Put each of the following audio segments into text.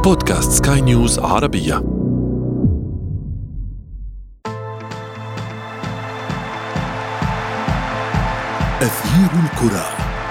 بودكاست سكاي نيوز عربية. أثير الكرة.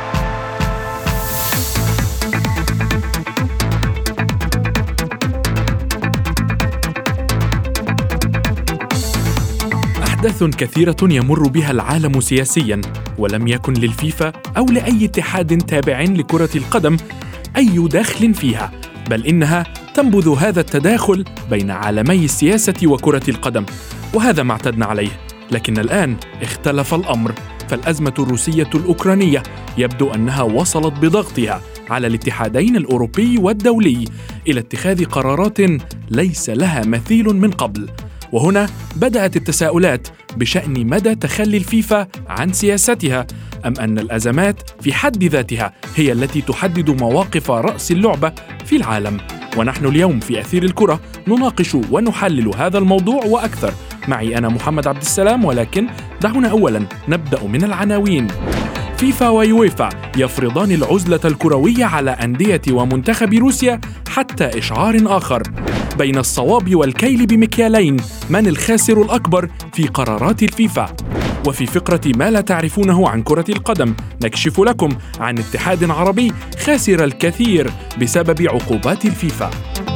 أحداث كثيرة يمر بها العالم سياسياً، ولم يكن للفيفا أو لأي اتحاد تابع لكرة القدم أي دخل فيها، بل إنها تنبذ هذا التداخل بين عالمي السياسة وكرة القدم، وهذا ما اعتدنا عليه. لكن الآن اختلف الأمر، فالأزمة الروسية الأوكرانية يبدو أنها وصلت بضغطها على الاتحادين الأوروبي والدولي إلى اتخاذ قرارات ليس لها مثيل من قبل. وهنا بدأت التساؤلات بشأن مدى تخلي الفيفا عن سياستها، أم أن الأزمات في حد ذاتها هي التي تحدد مواقف رأس اللعبة في العالم. ونحن اليوم في أثير الكرة نناقش ونحلل هذا الموضوع وأكثر. معي أنا محمد عبد السلام، ولكن دعونا أولا نبدأ من العناوين. فيفا ويويفا يفرضان العزلة الكروية على أندية ومنتخب روسيا حتى إشعار آخر. بين الصواب والكيل بمكيالين، من الخاسر الأكبر في قرارات الفيفا؟ وفي فقرة ما لا تعرفونه عن كرة القدم نكشف لكم عن اتحاد عربي خاسر الكثير بسبب عقوبات الفيفا.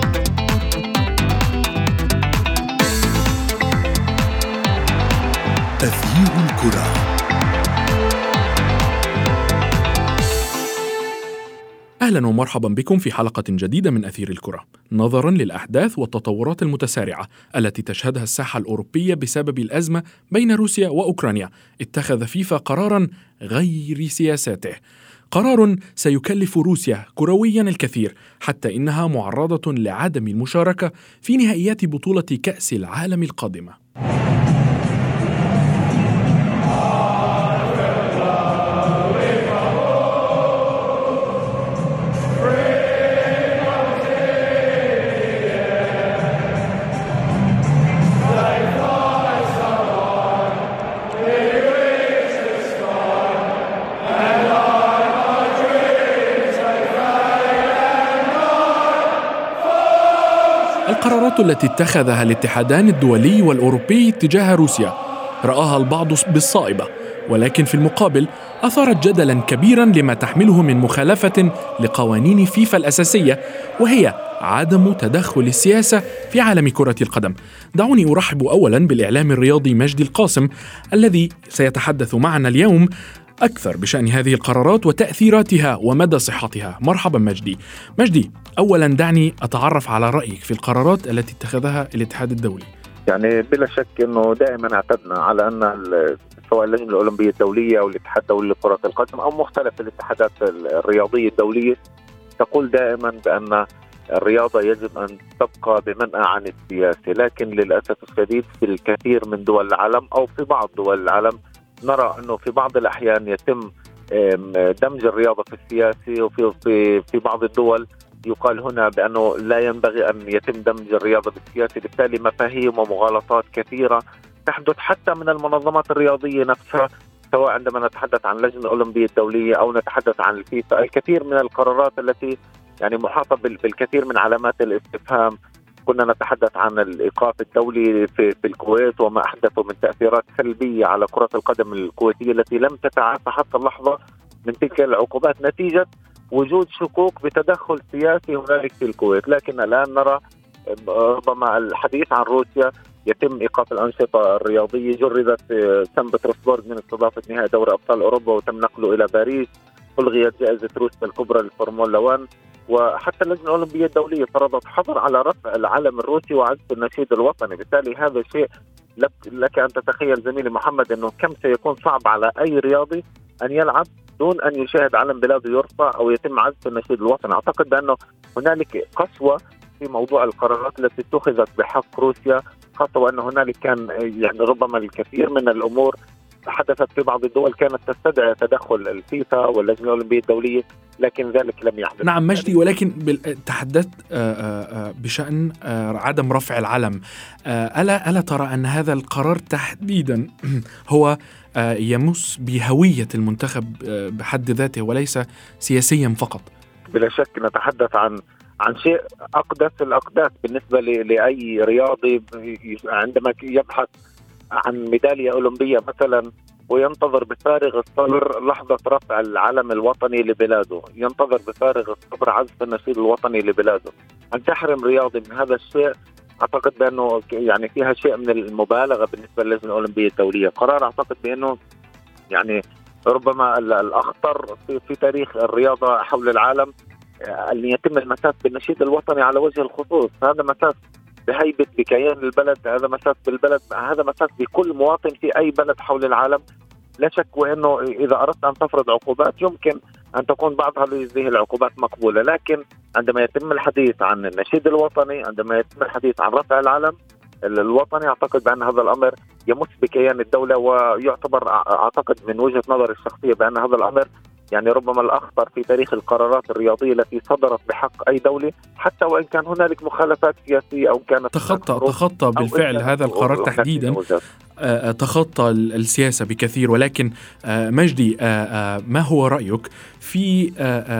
أثير الكرة. أهلا ومرحبا بكم في حلقة جديدة من أثير الكرة. نظرا للأحداث والتطورات المتسارعة التي تشهدها الساحة الأوروبية بسبب الأزمة بين روسيا وأوكرانيا، اتخذ فيفا قرارا غير سياساته، قرار سيكلف روسيا كرويا الكثير، حتى إنها معرضة لعدم المشاركة في نهائيات بطولة كأس العالم القادمة. القرارات التي اتخذها الاتحادان الدولي والأوروبي تجاه روسيا رآها البعض بالصائبة، ولكن في المقابل أثارت جدلا كبيرا لما تحمله من مخالفة لقوانين فيفا الأساسية، وهي عدم تدخل السياسة في عالم كرة القدم. دعوني أرحب أولا بالإعلام الرياضي مجدي القاسم الذي سيتحدث معنا اليوم أكثر بشأن هذه القرارات وتأثيراتها ومدى صحتها. مرحبا مجدي، أولا دعني أتعرف على رأيك في القرارات التي اتخذها الاتحاد الدولي. يعني بلا شك أنه دائما اعتدنا على أن سواء اللجنة الأولمبية الدولية أو الاتحاد الدولي لكرة القدم أو مختلف الاتحادات الرياضية الدولية تقول دائما بأن الرياضة يجب أن تبقى بمنأى عن السياسة، لكن للأسف الشديد في الكثير من دول العالم أو في بعض دول العالم نرى أنه في بعض الأحيان يتم دمج الرياضة في السياسة، وفي بعض الدول يقال هنا بأنه لا ينبغي أن يتم دمج الرياضة بالسياسة. بالتالي مفاهيم ومغالطات كثيرة تحدث حتى من المنظمات الرياضية نفسها، سواء عندما نتحدث عن اللجنة الأولمبية الدولية أو نتحدث عن الفيفا. الكثير من القرارات التي يعني محاطة بالكثير من علامات الاستفهام. كنا نتحدث عن الإيقاف الدولي في الكويت وما أحدثه من تأثيرات سلبية على كرة القدم الكويتية التي لم تتعافى حتى اللحظة من تلك العقوبات نتيجة وجود شكوك بتدخل سياسي هنالك في الكويت. لكن الآن نرى ربما الحديث عن روسيا، يتم إيقاف الأنشطة الرياضية، جردت سان بطرسبورغ من استضافة نهائي دوري أبطال أوروبا وتم نقله إلى باريس، ألغيت جائزة روسيا الكبرى للفورمولا 1، وحتى اللجنة الأولمبية الدولية فرضت حظر على رفع العلم الروسي وعزف النشيد الوطني. بالتالي هذا شيء لك أن تتخيل زميلي محمد أنه كم سيكون صعب على أي رياضي أن يلعب دون أن يشاهد علم بلاده يرفع أو يتم عزف النشيد الوطني. أعتقد بأنه هنالك قسوة في موضوع القرارات التي اتخذت بحق روسيا، خاصة وأن هنالك كان يعني ربما الكثير من الأمور حدثت في بعض الدول كانت تستدعي تدخل الفيفا واللجنة الأولمبية الدولية، لكن ذلك لم يحدث. نعم مجدي، ولكن تحدثت بشأن عدم رفع العلم. ألا ترى أن هذا القرار تحديدا هو يمس بهوية المنتخب بحد ذاته وليس سياسيا فقط؟ بلا شك نتحدث عن عن شيء أقدس الأقداس بالنسبة لأي رياضي عندما يبحث عن ميدالية أولمبية مثلا وينتظر بفارغ الصبر لحظة رفع العلم الوطني لبلاده، ينتظر بفارغ الصبر عزف النشيد الوطني لبلاده. أن تحرم رياضي من هذا الشيء أعتقد بأنه يعني فيها شيء من المبالغة بالنسبة للجنة الأولمبية الدولية. قرار أعتقد بأنه يعني ربما الأخطر في تاريخ الرياضة حول العالم أن يتم المساس بالنشيد الوطني على وجه الخصوص. هذا مساس بهيبة بكيان البلد، هذا مساس بالبلد، هذا مساس بكل مواطن في أي بلد حول العالم. لا شك وأنه إذا أردت أن تفرض عقوبات يمكن أن تكون بعض هذه العقوبات مقبولة، لكن عندما يتم الحديث عن النشيد الوطني، عندما يتم الحديث عن رفع العلم الوطني، أعتقد بأن هذا الأمر يمس بكيان الدولة، ويعتبر أعتقد من وجهة نظر الشخصية بأن هذا الأمر يعني ربما الأخطر في تاريخ القرارات الرياضية التي صدرت بحق أي دولة، حتى وإن كان هنالك مخالفات سياسية أو كانت تخطى بالفعل هذا القرار تحديدا، تخطى السياسة بكثير. ولكن مجدي، ما هو رأيك في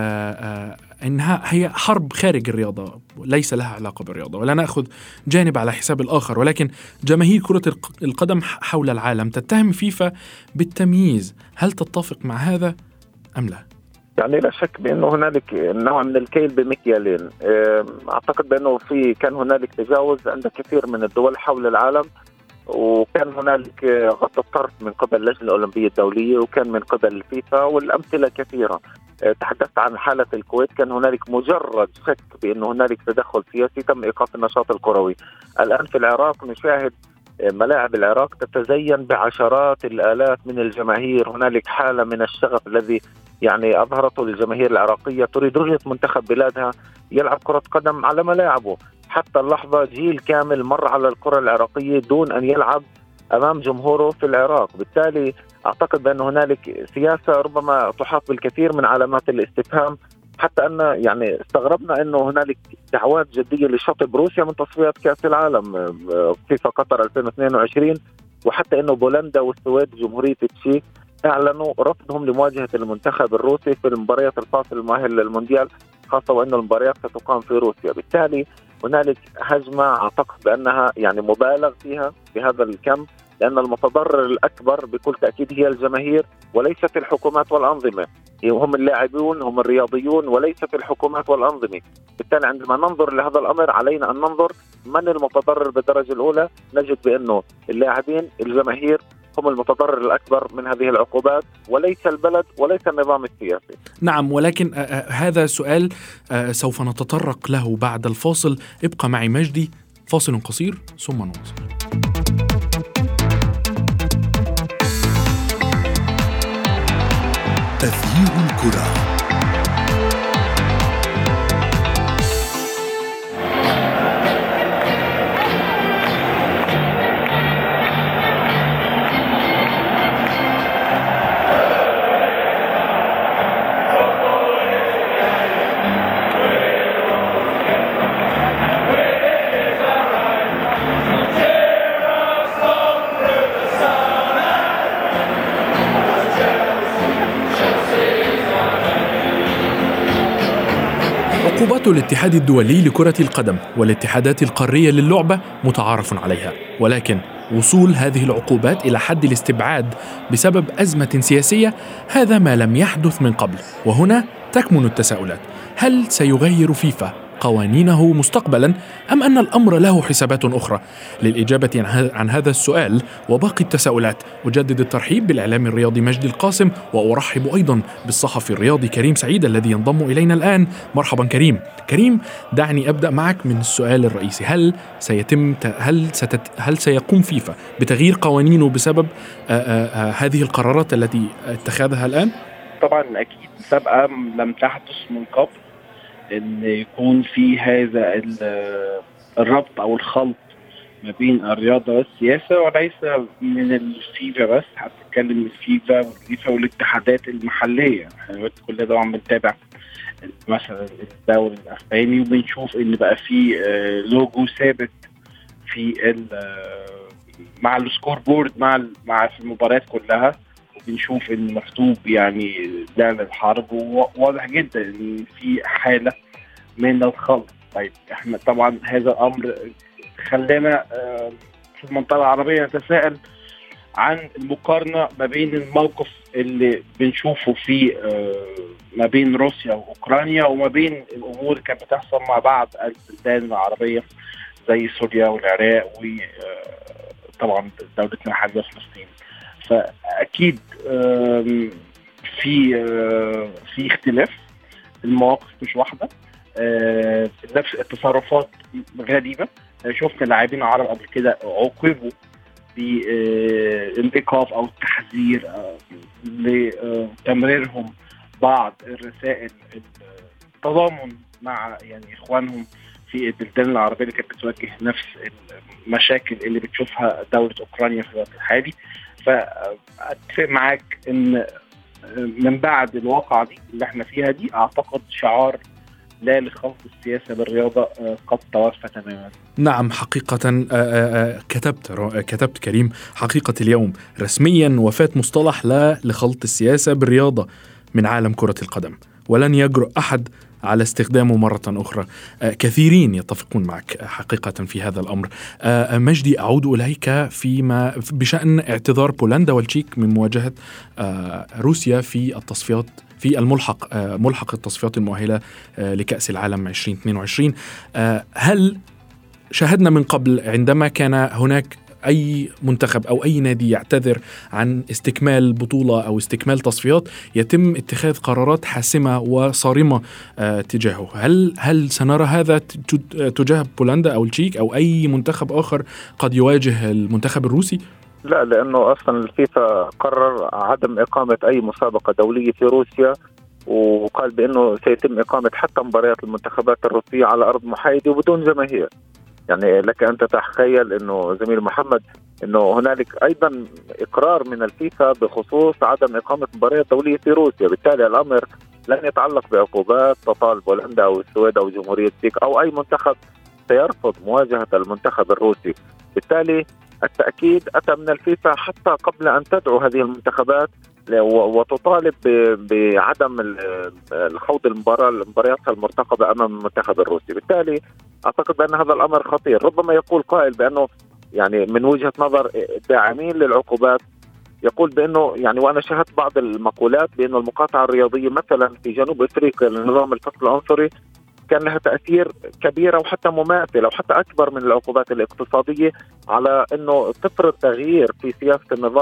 إنها هي حرب خارج الرياضة ليس لها علاقة بالرياضة، ولا نأخذ جانب على حساب الآخر، ولكن جماهير كرة القدم حول العالم تتهم فيفا بالتمييز. هل تتفق مع هذا أم لا؟ يعني لا شك بأنه هنالك نوع من الكيل بمكيالين. أعتقد بأنه كان هنالك تجاوز عند كثير من الدول حول العالم، وكان هنالك غض الطرف من قبل اللجنة الأولمبية الدولية وكان من قبل الفيفا، والأمثلة كثيرة. تحدثت عن حالة الكويت، كان هنالك مجرد شك بأن هنالك تدخل سياسي تم إيقاف النشاط الكروي. الآن في العراق نشاهد ملاعب العراق تتزين بعشرات الآلاف من الجماهير، هنالك حالة من الشغف الذي يعني أظهرته الجماهير العراقية، تريد رؤية منتخب بلادها يلعب كرة قدم على ملاعبه. حتى اللحظة جيل كامل مر على الكرة العراقية دون أن يلعب أمام جمهوره في العراق. بالتالي أعتقد بأن هنالك سياسة ربما تحاط بالكثير من علامات الاستفهام، حتى أن يعني استغربنا أنه هنالك دعوات جدية لشطب روسيا من تصفيات كأس العالم فيفا قطر 2022، وحتى أنه بولندا والسويد جمهورية التشيك أعلنوا رفضهم لمواجهة المنتخب الروسي في المباريات الفاصل المؤهل للمونديال، خاصة وأن المباريات ستقام في روسيا. بالتالي هنالك هجمة أعتقد بأنها يعني مبالغ فيها بهذا الكم، لأن المتضرر الأكبر بكل تأكيد هي الجماهير وليست الحكومات والأنظمة. هم اللاعبون، هم الرياضيون، وليست الحكومات والأنظمة. بالتالي عندما ننظر لهذا الأمر علينا أن ننظر من المتضرر بالدرجة الأولى. نجد بأنه اللاعبين، الجماهير هم المتضرر الأكبر من هذه العقوبات، وليس البلد وليس النظام السياسي. نعم، ولكن هذا سؤال سوف نتطرق له بعد الفاصل. ابقى معي مجدي، فاصل قصير ثم نواصل. تغيير الكرة. عقوبات الاتحاد الدولي لكرة القدم والاتحادات القارية للعبة متعارف عليها، ولكن وصول هذه العقوبات إلى حد الاستبعاد بسبب أزمة سياسية هذا ما لم يحدث من قبل. وهنا تكمن التساؤلات: هل سيغير فيفا قوانينه مستقبلا أم أن الأمر له حسابات أخرى؟ للإجابة عن هذا السؤال وباقي التساؤلات أجدد الترحيب بالإعلامي الرياضي مجدي القاسم، وأرحب أيضا بالصحفي الرياضي كريم سعيد الذي ينضم إلينا الآن. مرحبا كريم، دعني أبدأ معك من السؤال الرئيسي: هل سيقوم فيفا بتغيير قوانينه بسبب هذه القرارات التي اتخذها الآن؟ طبعا أكيد سابقا لم تحدث من قبل ان يكون في هذا الربط او الخلط ما بين الرياضه والسياسه، وليس من الفيفا بس، هتتكلم الفيفا والفيفا والاتحادات المحليه. احنا كلنا طبعا بنتابع مثلا الدوري الاسباني وبنشوف ان بقى في لوجو ثابت في مع السكور بورد مع في المباريات كلها، وبنشوف ان مكتوب يعني لعب الحرب، وواضح جدا ان في حاله من الخلط طيب احنا طبعا هذا الامر خلانا في المنطقه العربيه نتساءل عن المقارنه ما بين الموقف اللي بنشوفه في ما بين روسيا واوكرانيا وما بين الامور اللي كانت بتحصل مع بعض البلدان العربيه زي سوريا والعراق وطبعا دولتنا المحليه فلسطين. فاكيد في اختلاف، المواقف مش واحده، نفس التصرفات غريبه. شفنا لاعبين عرب قبل كده عوقبوا بالإيقاف أو التحذير لتمريرهم بعض الرسائل التضامن مع يعني إخوانهم في البلدان العربية اللي كانت بتواجه نفس المشاكل اللي بتشوفها دولة أوكرانيا في الوقت الحالي. فأتفق معاك إن من بعد الواقعة دي اللي احنا فيها دي أعتقد شعار لا لخلط السياسة بالرياضة قد توفى تماما. نعم حقيقة كتبت كريم حقيقة اليوم رسميا وفاة مصطلح لا لخلط السياسة بالرياضة من عالم كرة القدم، ولن يجرؤ أحد على استخدامه مرة أخرى. كثيرين يتفقون معك حقيقة في هذا الأمر. مجدي، أعود إليك فيما بشأن اعتذار بولندا والتشيك من مواجهة روسيا في التصفيات في ملحق التصفيات المؤهلة لكأس العالم 2022. هل شاهدنا من قبل عندما كان هناك أي منتخب أو أي نادي يعتذر عن استكمال بطولة أو استكمال تصفيات يتم اتخاذ قرارات حاسمة وصارمة تجاهه؟ هل سنرى هذا تجاه بولندا أو التشيك أو أي منتخب آخر قد يواجه المنتخب الروسي؟ لا، لأنه أصلا الفيفا قرر عدم إقامة أي مسابقة دولية في روسيا، وقال بأنه سيتم إقامة حتى مباريات المنتخبات الروسية على أرض محايدة وبدون جماهير. يعني لك أن تتخيل أنه زميل محمد أنه هنالك أيضا إقرار من الفيفا بخصوص عدم إقامة مباريات دولية في روسيا. بالتالي الأمر لن يتعلق بعقوبات تطال بولندا أو السويد أو جمهورية تشيك أو أي منتخب سيرفض مواجهة المنتخب الروسي. بالتالي التأكيد أتى من الفيفا حتى قبل أن تدعو هذه المنتخبات وتطالب بعدم الخوض المباريات المرتقبة أمام المنتخب الروسي. بالتالي أعتقد بأن هذا الأمر خطير. ربما يقول قائل بأنه يعني من وجهة نظر داعمين للعقوبات يقول بأنه يعني، وأنا شاهدت بعض المقولات بأنه المقاطعة الرياضية مثلا في جنوب أفريقيا لنظام الفصل العنصري كان لها تأثير كبير أو حتى مماثل أو حتى أكبر من العقوبات الاقتصادية على أنه تفرض تغيير في سياسة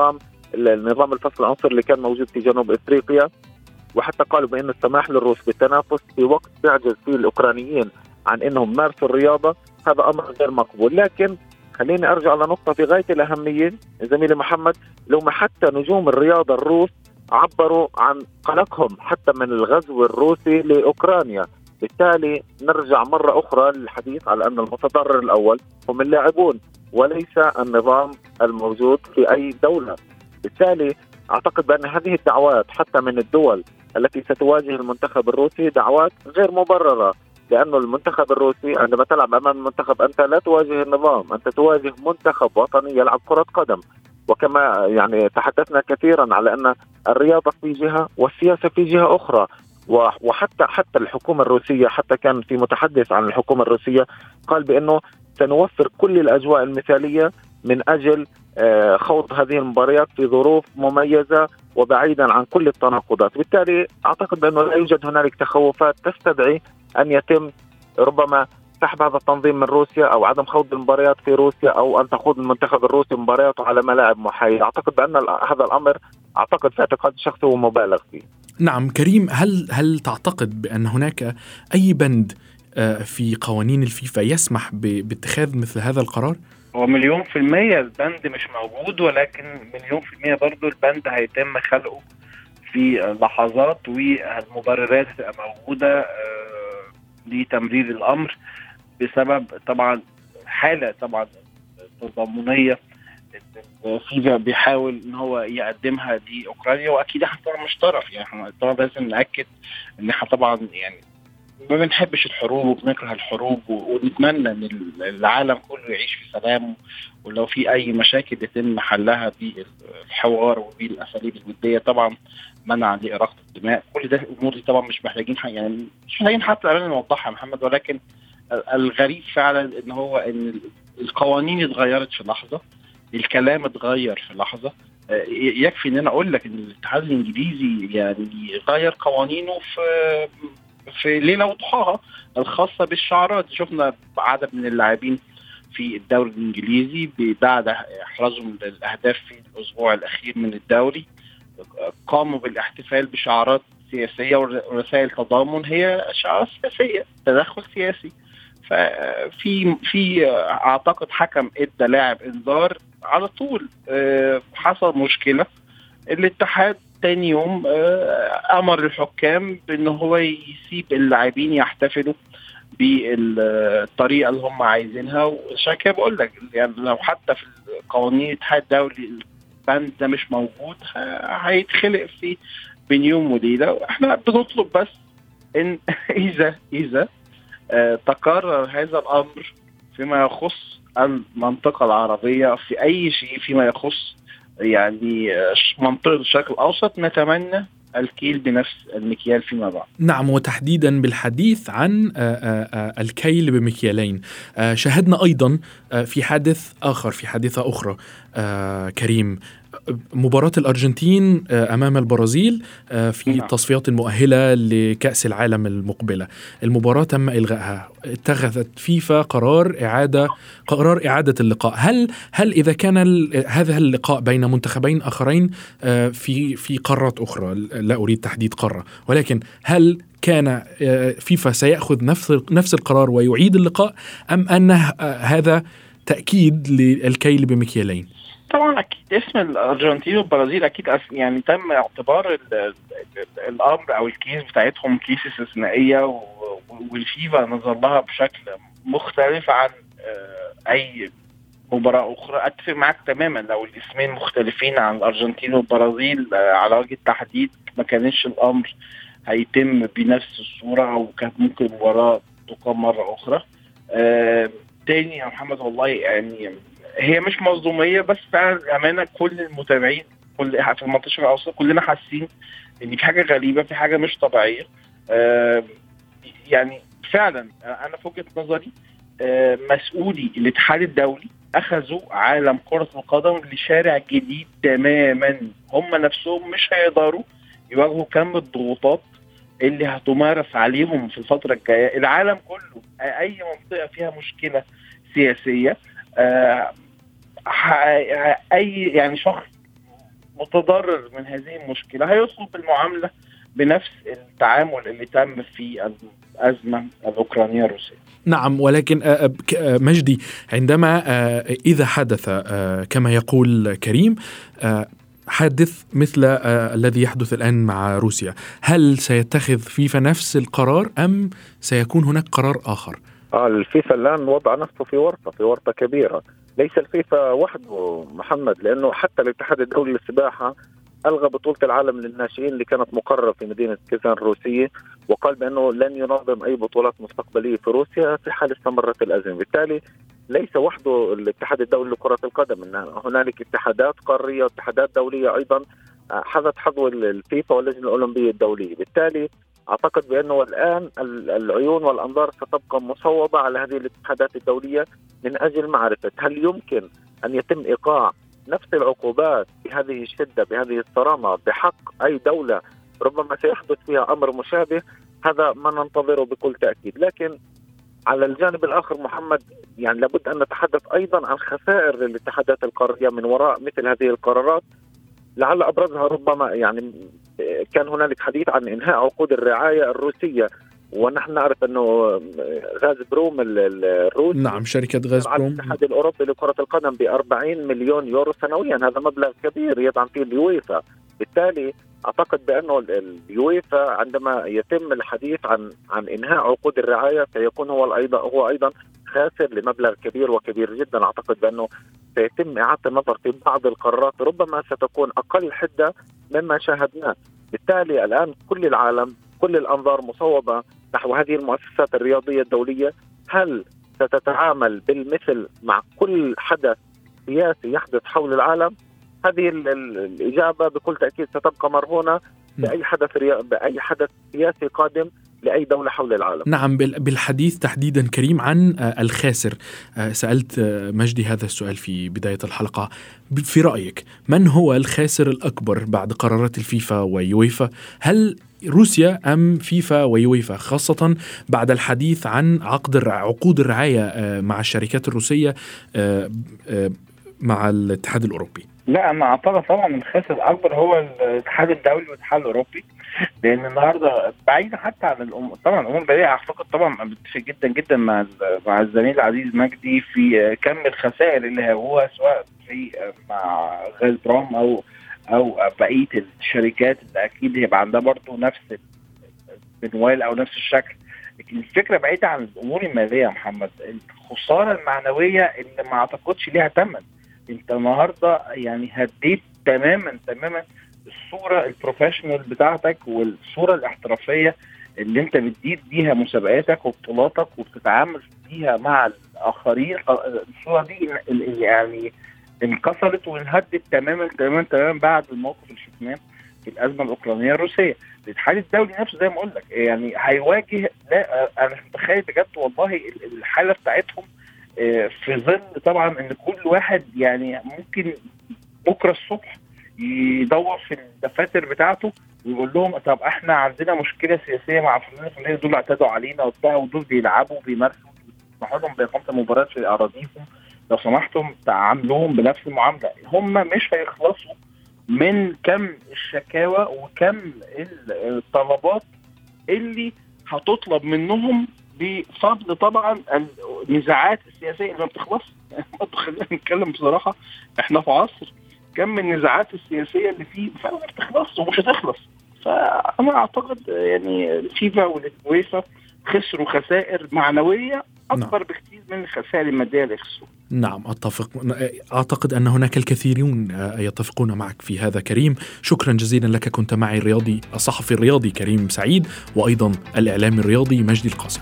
النظام الفصل العنصري اللي كان موجود في جنوب أفريقيا. وحتى قالوا بأن السماح للروس بالتنافس في وقت بيعجز فيه الأوكرانيين عن أنهم مارسوا الرياضة هذا أمر غير مقبول. لكن خليني أرجع لنقطة في غاية الأهمية زميلي محمد، لو ما حتى نجوم الرياضة الروس عبروا عن قلقهم حتى من الغزو الروسي لأوكرانيا. بالتالي نرجع مرة أخرى للحديث على أن المتضرر الأول هم اللاعبون وليس النظام الموجود في أي دولة. بالتالي أعتقد بأن هذه الدعوات حتى من الدول التي ستواجه المنتخب الروسي دعوات غير مبررة، لأنه المنتخب الروسي عندما تلعب أمام المنتخب أنت لا تواجه النظام، أنت تواجه منتخب وطني يلعب كرة قدم. وكما يعني تحدثنا كثيرا على أن الرياضة في جهة والسياسة في جهة أخرى. وحتى الحكومة الروسية، حتى كان في متحدث عن الحكومة الروسية قال بأنه سنوفر كل الأجواء المثالية من أجل خوض هذه المباريات في ظروف مميزة وبعيدا عن كل التناقضات. بالتالي أعتقد بأنه لا يوجد هنالك تخوفات تستدعي أن يتم ربما سحب هذا التنظيم من روسيا أو عدم خوض المباريات في روسيا أو أن تخوض المنتخب الروسي مبارياته على ملاعب محايدة. أعتقد بأن هذا الأمر في اعتقاد شخصي ومبالغ فيه. نعم كريم، هل تعتقد بأن هناك أي بند في قوانين الفيفا يسمح باتخاذ مثل هذا القرار؟ هو 1,000,000% البند مش موجود، ولكن 1,000,000% برضو البند هيتم خلقه في لحظات، والمبررات هتبقى موجودة لتمرير الأمر بسبب طبعا حالة طبعا تضامنية الفيفا بيحاول ان هو يقدمها لأوكرانيا. واكيد احنا طبعا مش طرف، يعني احنا طبعا لازم نأكد ان احنا طبعا يعني ما بنحبش الحروب وبنكره الحروب، ونتمنى ان العالم كله يعيش في سلام، ولو في اي مشاكل يتم حلها بالحوار وبالاساليب الوديه طبعا منعا لاراقه الدماء. كل ده الامور دي طبعا مش محتاجين حتى الان نوضحها يا محمد، ولكن الغريب فعلا ان القوانين اتغيرت في لحظه، الكلام اتغير في لحظه. يكفي ان انا اقول لك ان الاتحاد الانجليزي يعني غير قوانينه في ليله وضحاها الخاصه بالشعارات. شفنا عدد من اللاعبين في الدوري الانجليزي بعد احرازهم للاهداف في الاسبوع الاخير من الدوري قاموا بالاحتفال بشعارات سياسيه ورسائل تضامن هي شعارات سياسيه، تدخل سياسي. في اعتقد حكم ادى لاعب انذار على طول. حصل مشكله، الاتحاد تاني يوم امر الحكام بان هو يسيب اللاعبين يحتفلوا بالطريقه اللي هم عايزينها. وعشان كده بقول لك يعني لو حتى في قوانين الاتحاد الدولي البند ده مش موجود هيتخلق فيه بين يوم وليله. احنا بنطلب بس ان اذا تكرر هذا الامر فيما يخص المنطقه العربيه في اي شيء فيما يخص يعني منطقه الشرق الاوسط، نتمنى الكيل بنفس المكيال فيما بعد. نعم، وتحديدا بالحديث عن الكيل بمكيالين، شاهدنا أيضا في حادثة أخرى كريم، مباراة الأرجنتين أمام البرازيل في التصفيات المؤهلة لكأس العالم المقبلة. المباراة تم إلغائها، اتخذت فيفا قرار إعادة اللقاء. هل إذا كان هذا اللقاء بين منتخبين آخرين في قارات أخرى، لا أريد تحديد قارة، ولكن هل كان فيفا سيأخذ نفس القرار ويعيد اللقاء، أم أن هذا تأكيد للكيل بمكيالين؟ طبعا اكيد اسم الارجنتين والبرازيل اكيد يعني تم اعتبار الامر او الكيس بتاعتهم كيس استثنائيه، والفيفا نظر لها بشكل مختلف عن اي مباراه اخرى. اتفق معك تماما، لو الاسمين مختلفين عن الارجنتين والبرازيل على وجه التحديد ما كانش الامر هيتم بنفس الصوره، او كانت ممكن المباراه تقام مره اخرى. تاني يا محمد، والله يعني هي مش مظلوميه، بس فعلا امانه كل المتابعين في المنطقه الاوسط كلنا حاسين ان في حاجه غريبه، في حاجه مش طبيعيه. يعني فعلا انا في وجهه نظري مسؤولي الاتحاد الدولي اخذوا عالم كره القدم لشارع جديد تماما. هم نفسهم مش هيقدروا يواجهوا كم الضغوطات اللي هتمارس عليهم في الفتره الجايه. العالم كله اي منطقه فيها مشكله سياسيه، اي يعني شخص متضرر من هذه المشكله هيطلب المعامله بنفس التعامل اللي تم في الازمه الاوكرانيه الروسيه. نعم، ولكن مجدي، عندما اذا حدث كما يقول كريم حادث مثل الذي يحدث الآن مع روسيا، هل سيتخذ فيفا نفس القرار أم سيكون هناك قرار آخر؟ الفيفا الآن وضع نفسه في ورطة كبيرة. ليس الفيفا وحده محمد، لأنه حتى الاتحاد الدولي للسباحة ألغى بطولة العالم للناشئين اللي كانت مقررة في مدينة كازان الروسية، وقال بأنه لن ينظم أي بطولات مستقبلية في روسيا في حال استمرت الأزمة. بالتالي ليس وحده الاتحاد الدولي لكرة القدم، إن هنالك اتحادات قارية واتحادات دولية أيضا حذت حظو الفيفا واللجنة الأولمبية الدولية. بالتالي أعتقد بأنه الآن العيون والأنظار ستبقى مصوبة على هذه الاتحادات الدولية من أجل معرفة هل يمكن أن يتم إيقاع نفس العقوبات بهذه الشدة بهذه الصرامة بحق أي دولة ربما سيحدث فيها أمر مشابه. هذا ما ننتظره بكل تأكيد. لكن على الجانب الآخر محمد، يعني لابد أن نتحدث أيضا عن خسائر للاتحادات القارية من وراء مثل هذه القرارات. لعل أبرزها ربما يعني كان هنالك حديث عن إنهاء عقود الرعاية الروسية، ونحن نعرف أنه غاز بروم الروسي، نعم، شركة غاز بروم، الاتحاد الأوروبي لكرة القدم ب40 مليون يورو سنويا. هذا مبلغ كبير يدعم فيه اليويفا. بالتالي أعتقد بأنه اليويفا عندما يتم الحديث عن إنهاء عقود الرعاية سيكون هو أيضا خاسر لمبلغ كبير وكبير جدا. أعتقد بأنه سيتم إعادة النظر في بعض القرارات ربما ستكون أقل حدة مما شاهدناه. بالتالي الآن كل العالم، كل الأنظار مصوبة نحو هذه المؤسسات الرياضية الدولية. هل ستتعامل بالمثل مع كل حدث سياسي يحدث حول العالم؟ هذه الإجابة بكل تأكيد ستبقى مرهونة بأي حدث سياسي قادم لأي دولة حول العالم. نعم، بالحديث تحديدا كريم عن الخاسر، سألت مجدي هذا السؤال في بداية الحلقة. في رأيك من هو الخاسر الأكبر بعد قرارات الفيفا ويويفا؟ هل روسيا أم فيفا ويويفا، خاصة بعد الحديث عن عقود الرعاية مع الشركات الروسية مع الاتحاد الأوروبي؟ لا، أنا أعتقد طبعا الخاسر الأكبر هو الاتحاد الدولي والاتحاد الأوروبي، لأن النهارده بعيدا حتى عن طبعا الأمور البديهية، أعتقد طبعا بتفق جدا جدا مع الزميل العزيز مجدي في كم الخسائر اللي هو سواء في مع غازبروم أو بقية الشركات اللي أكيد هيبقى عندها برضه نفس المنوال أو نفس الشكل. لكن الفكرة بعيدة عن الأمور المالية يا محمد، الخسارة المعنوية اللي ما أعتقدش ليها ثمن. أنت النهارده يعني هديت تماما الصورة البروفيشنال بتاعتك والصورة الاحترافية اللي انت بتدير بيها مسابقاتك وبطولاتك وبتتعامل بيها مع الآخرين. الصورة دي يعني انكسرت وانهدت تماما بعد الموقف اللي شفناه في الأزمة الأوكرانية الروسية. الاتحاد الدولي نفسه زي ما أقول لك يعني هيواجه، لا أنا متخيل بجد والله الحالة بتاعتهم في ظل طبعا ان كل واحد يعني ممكن بكرة الصبح يدور في الدفاتر بتاعته ويقول لهم طب احنا عندنا مشكلة سياسية مع فلان، دول اعتدوا علينا وبتاع، ودول بيلعبوا وبيمارسوا، تسمحوا لهم بإقامة المباريات في أراضيهم، لو سمحتم تعاملوهم بنفس المعاملة. هم مش هيخلصوا من كم الشكاوى وكم الطلبات اللي هتطلب منهم بفضل طبعا النزاعات السياسية اللي ما بتخلص. خلينا نتكلم بصراحة، احنا في عصر كم النزاعات السياسية اللي فيه فعلا ما بتخلص ومش هتخلص. فأنا أعتقد يعني الفيفا واليويفا خسروا خسائر معنوية أكبر بكثير من الخسائر المادية اللي خسروا. نعم، أعتقد أن هناك الكثيرون يتفقون معك في هذا كريم. شكرا جزيلا لك، كنت معي الصحفي الرياضي كريم سعيد، وأيضا الإعلامي الرياضي مجدي القاسم.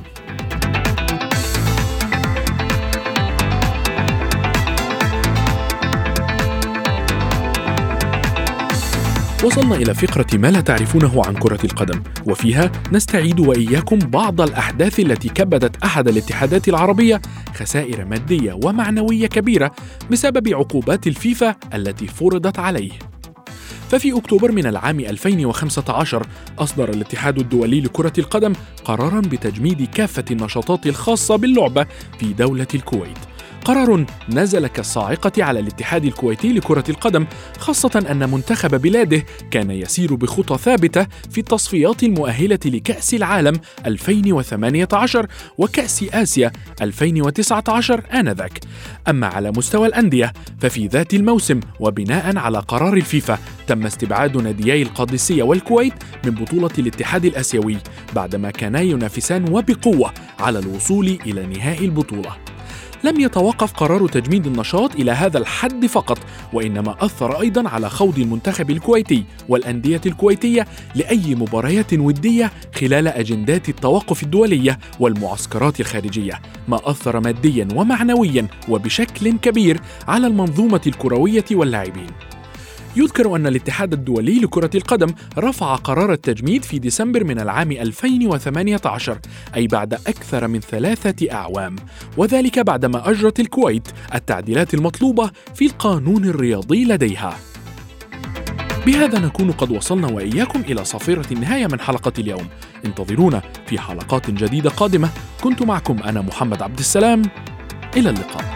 وصلنا إلى فقرة ما لا تعرفونه عن كرة القدم، وفيها نستعيد وإياكم بعض الأحداث التي كبدت أحد الاتحادات العربية خسائر مادية ومعنوية كبيرة بسبب عقوبات الفيفا التي فرضت عليه. ففي أكتوبر من العام 2015 أصدر الاتحاد الدولي لكرة القدم قراراً بتجميد كافة النشاطات الخاصة باللعبة في دولة الكويت. قرار نزل كالصاعقة على الاتحاد الكويتي لكرة القدم، خاصة أن منتخب بلاده كان يسير بخطى ثابتة في التصفيات المؤهلة لكأس العالم 2018 وكأس آسيا 2019 آنذاك. أما على مستوى الأندية ففي ذات الموسم وبناء على قرار الفيفا تم استبعاد ناديي القادسية والكويت من بطولة الاتحاد الآسيوي بعدما كانا ينافسان وبقوة على الوصول إلى نهائي البطولة. لم يتوقف قرار تجميد النشاط إلى هذا الحد فقط، وإنما أثر أيضاً على خوض المنتخب الكويتي والأندية الكويتية لأي مباريات ودية خلال أجندات التوقف الدولية والمعسكرات الخارجية، ما أثر مادياً ومعنوياً وبشكل كبير على المنظومة الكروية واللاعبين. يذكر أن الاتحاد الدولي لكرة القدم رفع قرار التجميد في ديسمبر من العام 2018، أي بعد أكثر من 3 أعوام، وذلك بعدما أجرت الكويت التعديلات المطلوبة في القانون الرياضي لديها. بهذا نكون قد وصلنا وإياكم إلى صافرة النهاية من حلقة اليوم. انتظرونا في حلقات جديدة قادمة. كنت معكم أنا محمد عبد السلام، إلى اللقاء.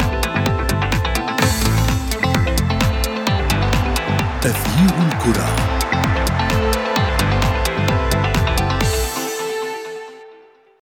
تغيير الكرة.